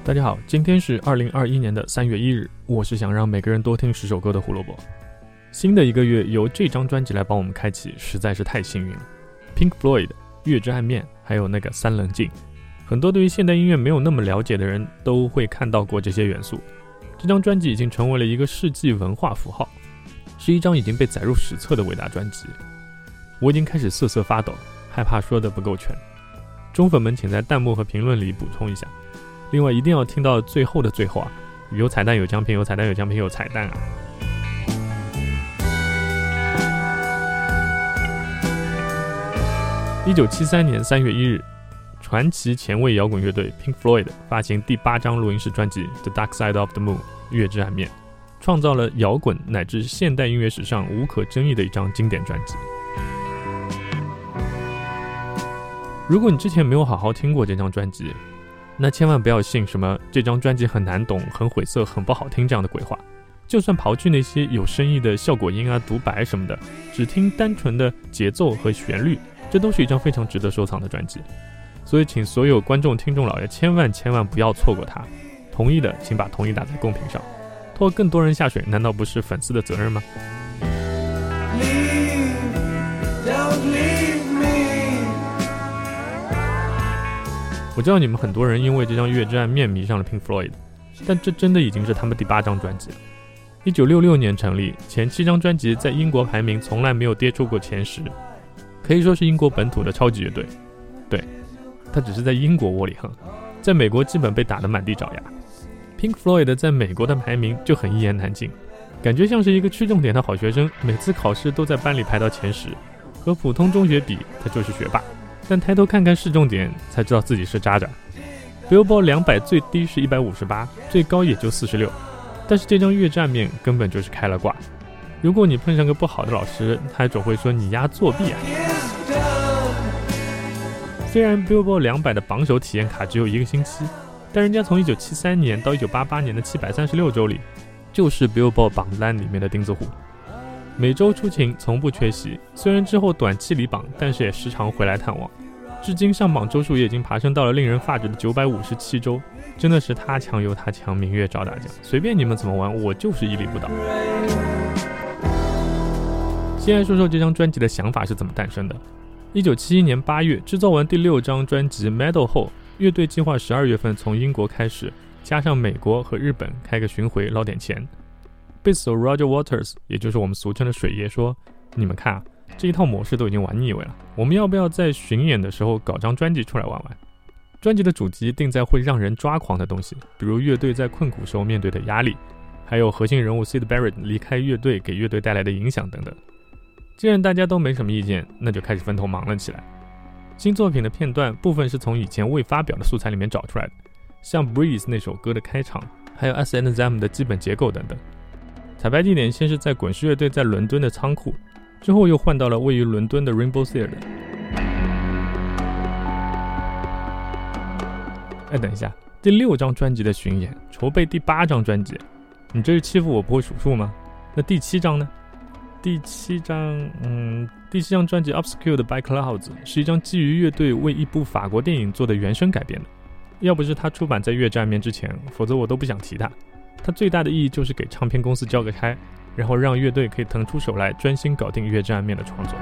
大家好，今天是2021年的3月1日，我是想让每个人多听10首歌的胡萝卜。新的一个月由这张专辑来帮我们开启，实在是太幸运了。Pink Floyd、月之暗面，还有那个三棱镜，很多对于现代音乐没有那么了解的人都会看到过这些元素。这张专辑已经成为了一个世纪文化符号，是一张已经被载入史册的伟大专辑。我已经开始瑟瑟发抖，害怕说的不够全。忠粉们请在弹幕和评论里补充一下。另外一定要听到最后的最后啊，有彩蛋有奖品，有彩蛋有奖品有彩蛋啊。1973年3月1日，传奇前卫摇滚乐队 Pink Floyd 发行第8张录音室专辑 The Dark Side of the Moon 月之暗面，创造了摇滚乃至现代音乐史上无可争议的一张经典专辑。如果你之前没有好好听过这张专辑，那千万不要信什么这张专辑很难懂、很晦涩、很不好听这样的鬼话。就算刨去那些有深意的效果音啊、独白什么的，只听单纯的节奏和旋律，这都是一张非常值得收藏的专辑。所以请所有观众听众老爷千万不要错过它。同意的请把同意打在公屏上，拖更多人下水难道不是粉丝的责任吗？我知道你们很多人因为这张月之暗面迷上了 Pink Floyd， 但这真的已经是他们第8张专辑了。1966年成立，前7张专辑在英国排名从来没有跌出过前10，可以说是英国本土的超级乐队。对，他只是在英国窝里横，在美国基本被打得满地找牙。Pink Floyd 在美国的排名就很一言难尽，感觉像是一个区重点的好学生，每次考试都在班里排到前10，和普通中学比他就是学霸。但抬头看看市重点，才知道自己是渣渣。Billboard 200最低是158，最高也就46。但是这张月之暗面根本就是开了挂。如果你碰上个不好的老师，他总会说你丫作弊啊。虽然 Billboard 200的榜首体验卡只有1个星期，但人家从1973年到1988年的736周里，就是 Billboard 榜单里面的钉子户。每周出勤，从不缺席。虽然之后短期离榜，但是也时常回来探望。至今上榜周数也已经爬升到了令人发指的957周，真的是他强由他强，明月照大家。随便你们怎么玩，我就是屹立不倒。先来说说这张专辑的想法是怎么诞生的。1971年8月，制造完第6张专辑 Metal 后，乐队计划12月份从英国开始，加上美国和日本开个巡回捞点钱。贝斯手 Roger Waters， 也就是我们俗称的水爷说，你们看啊，这一套模式都已经玩腻味了，我们要不要在巡演的时候搞张专辑出来玩玩？专辑的主题定在会让人抓狂的东西，比如乐队在困苦时候面对的压力，还有核心人物 Syd Barrett 离开乐队给乐队带来的影响等等。既然大家都没什么意见，那就开始分头忙了起来。新作品的片段部分是从以前未发表的素材里面找出来的，像 Breeze 那首歌的开场，还有 Us and Them 的基本结构等等。彩排地点先是在滚石乐队在伦敦的仓库，之后又换到了位于伦敦的 Rainbow Theatre。 等一下，第6张专辑的巡演筹备第8张专辑，你这是欺负我不会数数吗？那第7张呢？第7张专辑 Obscured by Clouds 是一张基于乐队为一部法国电影做的原声改编的，要不是它出版在月之暗面之前，否则我都不想提它。它最大的意义就是给唱片公司交个差，然后让乐队可以腾出手来专心搞定月之暗面的创作。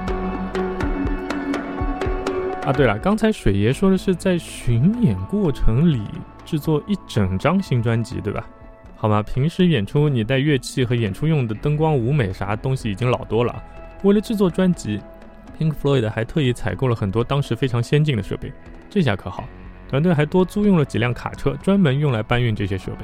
对了，刚才水爷说的是在巡演过程里制作一整张新专辑，对吧？好吗？平时演出你带乐器和演出用的灯光舞美啥东西已经老多了，为了制作专辑 Pink Floyd 还特意采购了很多当时非常先进的设备，这下可好，团队还多租用了几辆卡车专门用来搬运这些设备。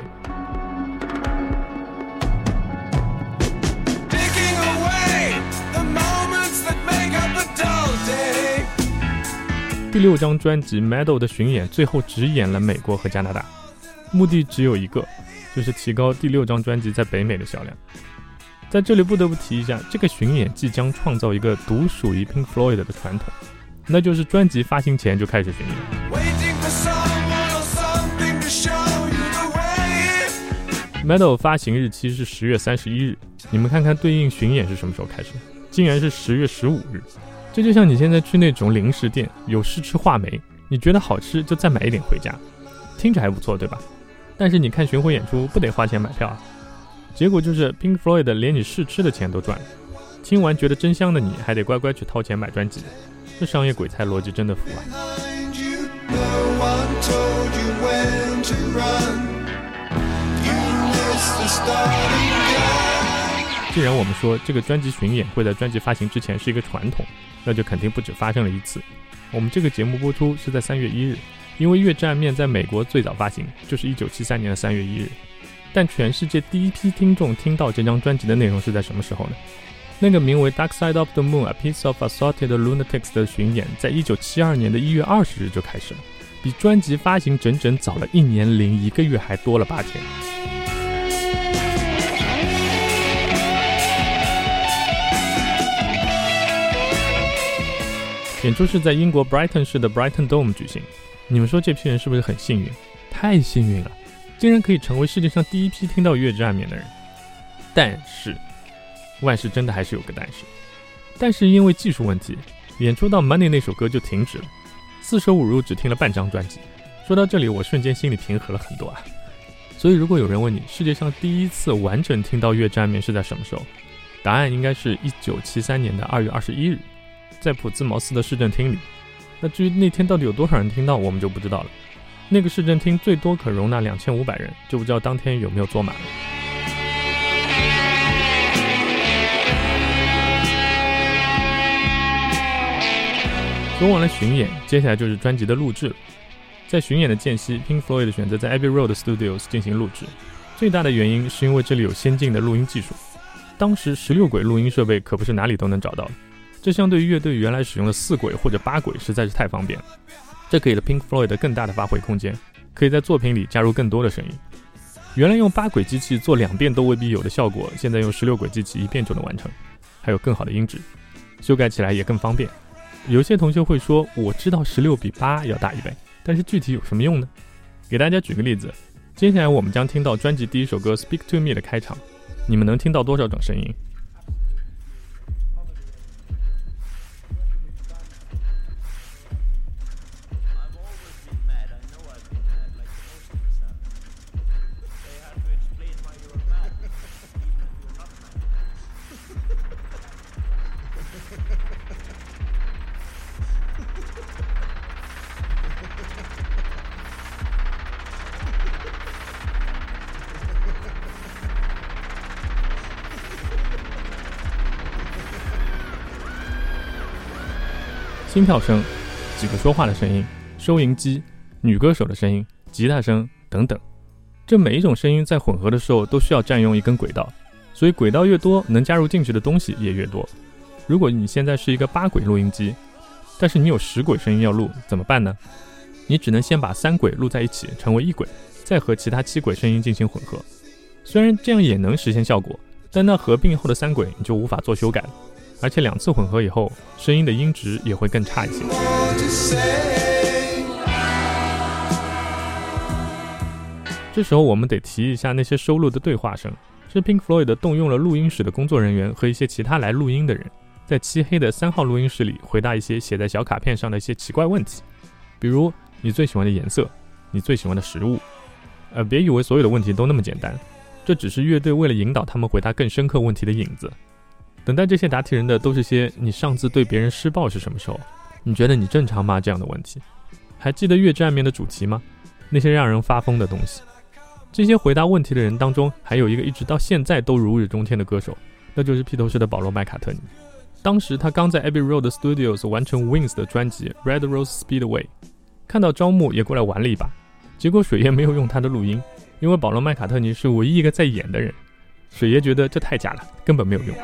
第6张专辑 Metal 的巡演最后只演了美国和加拿大，目的只有一个，就是提高第6张专辑在北美的销量。在这里不得不提一下，这个巡演即将创造一个独属于 Pink Floyd 的传统，那就是专辑发行前就开始巡演。Metal 发行日期是10月31日，你们看看对应巡演是什么时候开始，竟然是10月15日。这就像你现在去那种零食店，有试吃话梅，你觉得好吃就再买一点回家，听着还不错对吧？ 但是你看巡回演出不得花钱买票啊？结果就是 Pink Floyd 连你试吃的钱都赚了，听完觉得真香的你还得乖乖去掏钱买专辑，这商业鬼才逻辑真的服啊！既然我们说这个专辑巡演会在专辑发行之前是一个传统，那就肯定不止发生了一次。我们这个节目播出是在3月1日，因为《月之暗面》在美国最早发行就是1973年的3月1日，但全世界第一批听众听到这张专辑的内容是在什么时候呢？那个名为 Dark Side of the Moon: A Piece of Assorted Lunatics 的巡演在1972年的1月20日就开始了，比专辑发行整整早了1年001个月还多了8天。演出是在英国 Brighton 市的 Brighton Dome 举行，你们说这批人是不是很幸运？太幸运了，竟然可以成为世界上第一批听到《月之暗面》的人。但是万事真的还是有个但是因为技术问题，演出到 Money 那首歌就停止了，4舍5入只听了半张专辑。说到这里，我瞬间心里平和了很多啊。所以如果有人问你世界上第一次完整听到《月之暗面》是在什么时候，答案应该是1973年的2月21日，在普兹茅斯的市政厅里。那至于那天到底有多少人听到，我们就不知道了。那个市政厅最多可容纳2500人，就不知道当天有没有坐满了。说完了巡演，接下来就是专辑的录制了。在巡演的间隙， Pink Floyd 选择在 Abbey Road Studios 进行录制，最大的原因是因为这里有先进的录音技术。当时16轨录音设备可不是哪里都能找到的，这相对于乐队原来使用的4轨或者8轨实在是太方便了。这给了 Pink Floyd 更大的发挥空间，可以在作品里加入更多的声音。原来用8轨机器做2遍都未必有的效果，现在用16轨机器1遍就能完成，还有更好的音质，修改起来也更方便。有些同学会说，我知道16比8要大1倍，但是具体有什么用呢？给大家举个例子，接下来我们将听到专辑第一首歌 Speak to Me 的开场，你们能听到多少种声音？心跳声、几个说话的声音、收音机、女歌手的声音、吉他声等等，这每一种声音在混合的时候都需要占用一根轨道，所以轨道越多，能加入进去的东西也越多。如果你现在是一个8轨录音机，但是你有10轨声音要录，怎么办呢？你只能先把3轨录在一起成为1轨，再和其他7轨声音进行混合。虽然这样也能实现效果，但那合并后的3轨你就无法做修改了，而且2次混合以后，声音的音质也会更差一些。这时候我们得提一下那些收录的对话声，是 Pink Floyd 动用了录音室的工作人员和一些其他来录音的人，在漆黑的3号录音室里回答一些写在小卡片上的一些奇怪问题，比如你最喜欢的颜色，你最喜欢的食物。别以为所有的问题都那么简单，这只是乐队为了引导他们回答更深刻问题的引子。等待这些答题人的都是些你上次对别人施暴是什么时候？你觉得你正常吗？这样的问题。还记得《月之暗面》的主题吗？那些让人发疯的东西。这些回答问题的人当中，还有一个一直到现在都如日中天的歌手，那就是披头士的保罗·麦卡特尼。当时他刚在 Abbey Road Studios 完成 Wings 的专辑 Red Rose Speedway， 看到招募也过来玩了一把，结果水爷没有用他的录音，因为保罗·麦卡特尼是唯一一个在演的人。水爷觉得这太假了，根本没有用。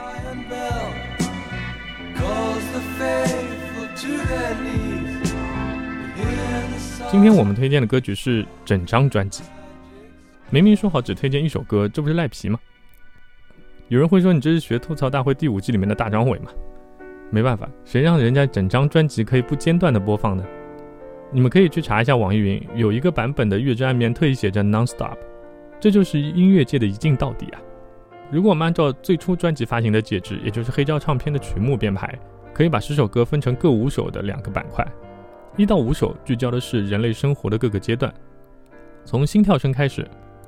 今天我们推荐的歌曲是整张专辑。明明说好只推荐一首歌，这不是赖皮吗？有人会说你这是学吐槽大会第5季里面的大张伟吗？没办法，谁让人家整张专辑可以不间断的播放呢？你们可以去查一下网易云，有一个版本的《月之暗面》特意写着 Non-Stop， 这就是音乐界的一镜到底啊！如果我们按照最初专辑发行的介质，也就是黑胶唱片的曲目编排，可以把10首歌分成各5首的2个板块，1到5首聚焦的是人类生活的各个阶段，从心跳声开始，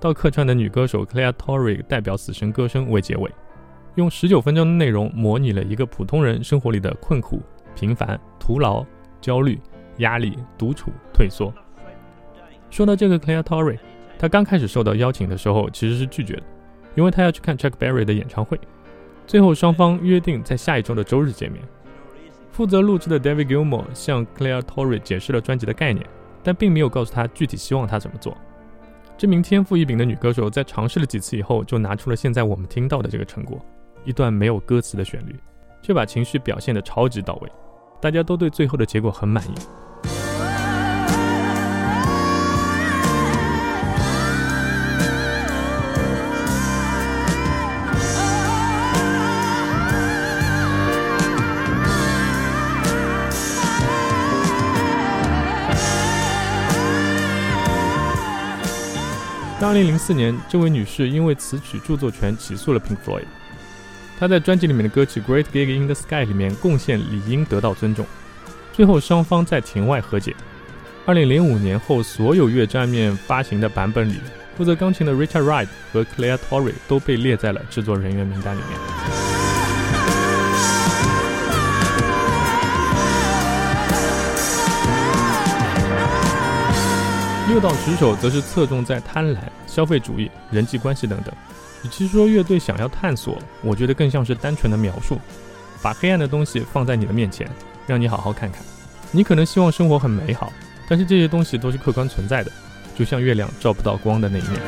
到客串的女歌手 Claire Torrey 代表死神歌声为结尾，用19分钟的内容模拟了一个普通人生活里的困苦、平凡、徒劳、焦虑、压力、独处、退缩。说到这个 Claire Torrey， 她刚开始受到邀请的时候其实是拒绝的，因为她要去看 Chuck Berry 的演唱会。最后双方约定在下一周的周日见面。负责录制的 David Gilmour 向 Claire Torrey 解释了专辑的概念，但并没有告诉她具体希望她怎么做。这名天赋异禀的女歌手在尝试了几次以后，就拿出了现在我们听到的这个成果，一段没有歌词的旋律，却把情绪表现得超级到位，大家都对最后的结果很满意。2004年，这位女士因为词曲著作权起诉了 Pink Floyd。她在专辑里面的歌曲 Great Gig in the Sky 里面贡献理应得到尊重。最后双方在庭外和解。2005年后，所有乐站面发行的版本里，负责钢琴的 Richard Wright 和 Claire Torrey 都被列在了制作人员名单里面。6到10首则是侧重在贪婪、消费主义、人际关系等等。与其说乐队想要探索，我觉得更像是单纯的描述，把黑暗的东西放在你的面前，让你好好看看。你可能希望生活很美好，但是这些东西都是客观存在的，就像月亮照不到光的那一面。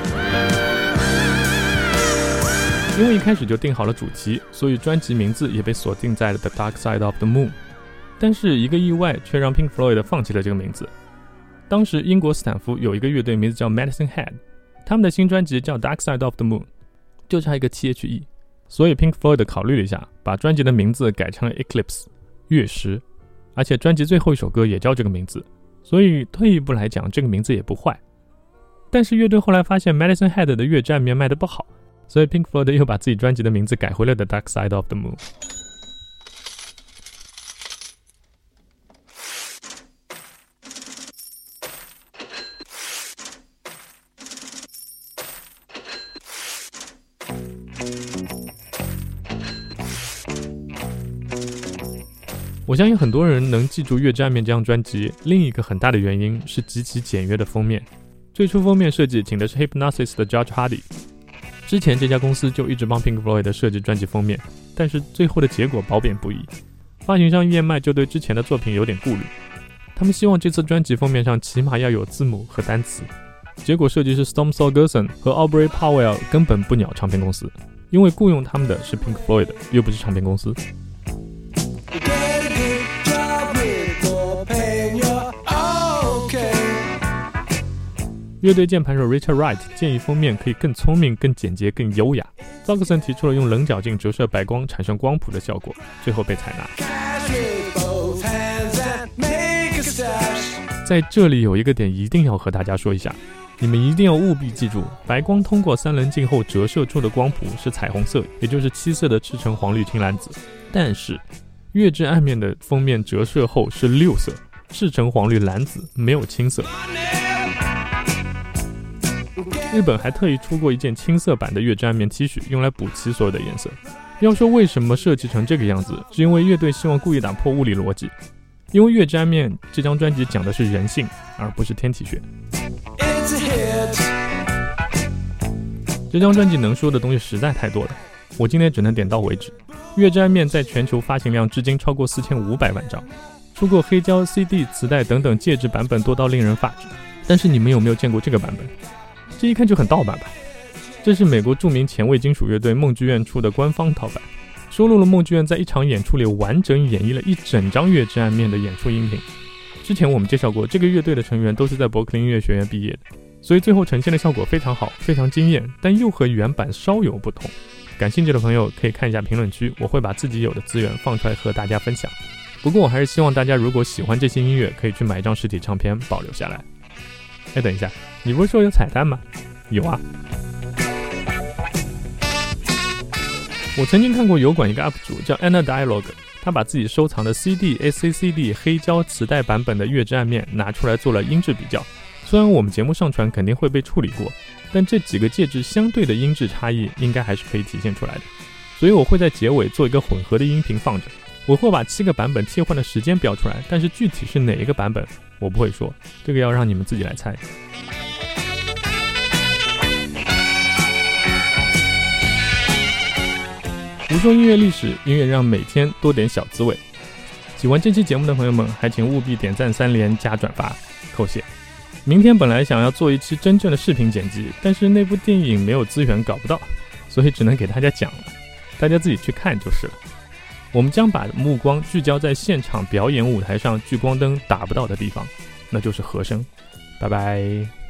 因为一开始就定好了主题，所以专辑名字也被锁定在了 The Dark Side of the Moon。但是一个意外却让 Pink Floyd 放弃了这个名字。当时英国斯坦福有一个乐队名字叫 Medicine Head， 他们的新专辑叫 Dark Side of the Moon， 就差一个 THE， 所以 Pink Floyd 考虑了一下，把专辑的名字改成了 Eclipse 月食，而且专辑最后一首歌也叫这个名字，所以退一步来讲，这个名字也不坏。但是乐队后来发现 Medicine Head 的乐站面卖得不好，所以 Pink Floyd 又把自己专辑的名字改回了 The Dark Side of the Moon。我相信很多人能记住《月之暗面》这张专辑，另一个很大的原因是极其简约的封面。最初封面设计请的是 Hipgnosis 的 George Hardy， 之前这家公司就一直帮 Pink Floyd 设计专辑封面，但是最后的结果褒贬不一。发行商燕麦就对之前的作品有点顾虑，他们希望这次专辑封面上起码要有字母和单词。结果设计师 Storm Thorgerson 和 Aubrey Powell 根本不鸟唱片公司，因为雇佣他们的是 Pink Floyd， 又不是唱片公司。乐队键盘手 Richard Wright 建议封面可以更聪明、更简洁、更优雅。Thorgerson 提出了用棱角镜折射白光产生光谱的效果，最后被采纳。在这里有一个点一定要和大家说一下，你们一定要务必记住，白光通过3棱镜后折射出的光谱是彩虹色，也就是7色的赤橙黄绿青蓝紫。但是月之暗面的封面折射后是6色，赤橙黄绿蓝紫，没有青色。日本还特意出过一件青色版的月之暗面 T 恤，用来补齐所有的颜色。要说为什么设计成这个样子，是因为乐队希望故意打破物理逻辑。因为月之暗面这张专辑讲的是人性，而不是天体学。这张专辑能说的东西实在太多了，我今天只能点到为止。月之暗面在全球发行量至今超过4500万张，出过黑胶、CD、磁带等等介质版本多到令人发指。但是你们有没有见过这个版本？这一看就很盗版吧。这是美国著名前卫金属乐队梦剧院出的官方盗版，收录了梦剧院在一场演出里完整演绎了一整张月之暗面的演出音频。之前我们介绍过，这个乐队的成员都是在伯克利音乐学院毕业的，所以最后呈现的效果非常好，非常惊艳，但又和原版稍有不同。感兴趣的朋友可以看一下评论区，我会把自己有的资源放出来和大家分享。不过我还是希望大家如果喜欢这些音乐，可以去买一张实体唱片保留下来。等一下，你不是说有彩蛋吗？有啊。我曾经看过油管一个 UP 主叫 Anna Dialogue， 他把自己收藏的 CD、SACD、黑胶、磁带版本的月之暗面拿出来做了音质比较， 虽然我们节目上传肯定会被处理过，但这几个介质相对的音质差异应该还是可以体现出来的，所以我会在结尾做一个混合的音频放着。我会把7个版本替换的时间标出来，但是具体是哪一个版本我不会说，这个要让你们自己来猜。胡说音乐历史，音乐让每天多点小滋味。喜欢这期节目的朋友们，还请务必点赞3连加转发，扣谢。明天本来想要做一期真正的视频剪辑，但是那部电影没有资源搞不到，所以只能给大家讲了，大家自己去看就是了。我们将把目光聚焦在现场表演舞台上聚光灯打不到的地方，那就是和声。拜拜。